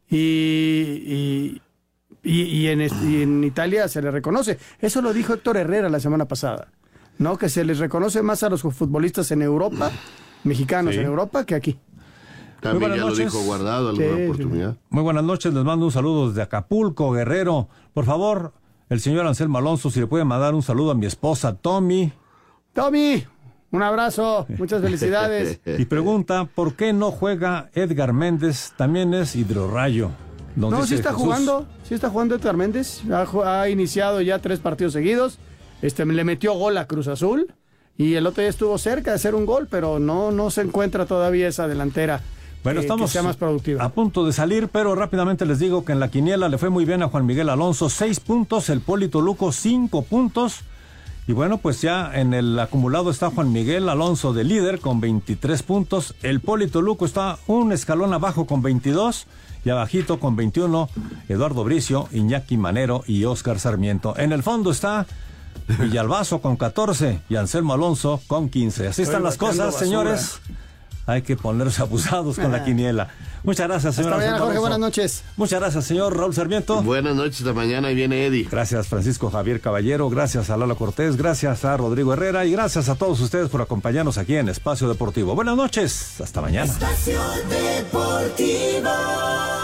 y en Italia se le reconoce. Eso lo dijo Héctor Herrera la semana pasada, ¿no? Que se les reconoce más a los futbolistas en Europa, mexicanos en Europa, que aquí. También ya lo dijo Guardado alguna oportunidad. Muy buenas noches, les mando un saludo desde Acapulco, Guerrero. Por favor, el señor Anselmo Alonso, si le puede mandar un saludo a mi esposa, Tommy. Tommy, un abrazo, muchas felicidades. Y pregunta, ¿por qué no juega Edgar Méndez? También es hidrorrayo. No, sí está jugando Edgar Méndez. Ha iniciado ya 3 partidos seguidos. Le metió gol a Cruz Azul. Y el otro día estuvo cerca de hacer un gol, pero no se encuentra todavía esa delantera. Bueno, estamos que sea más productiva. A punto de salir, pero rápidamente les digo que en la quiniela le fue muy bien a Juan Miguel Alonso, 6 puntos, el Polito Luco 5 puntos. Y bueno, pues ya en el acumulado está Juan Miguel Alonso de líder con 23 puntos. El Polito Luco está un escalón abajo con 22 y abajito con 21 Eduardo Bricio, Iñaki Manero y Óscar Sarmiento. En el fondo está Villalbazo con 14 y Anselmo Alonso con 15. Así están las cosas, señores. Hay que ponerse abusados con la quiniela. Muchas gracias, señor. Hasta mañana, Jorge, buenas noches. Muchas gracias, señor Raúl Sarmiento. Buenas noches, hasta mañana, y viene Eddie. Gracias, Francisco Javier Caballero. Gracias a Lalo Cortés. Gracias a Rodrigo Herrera. Y gracias a todos ustedes por acompañarnos aquí en Espacio Deportivo. Buenas noches. Hasta mañana. Espacio Deportivo.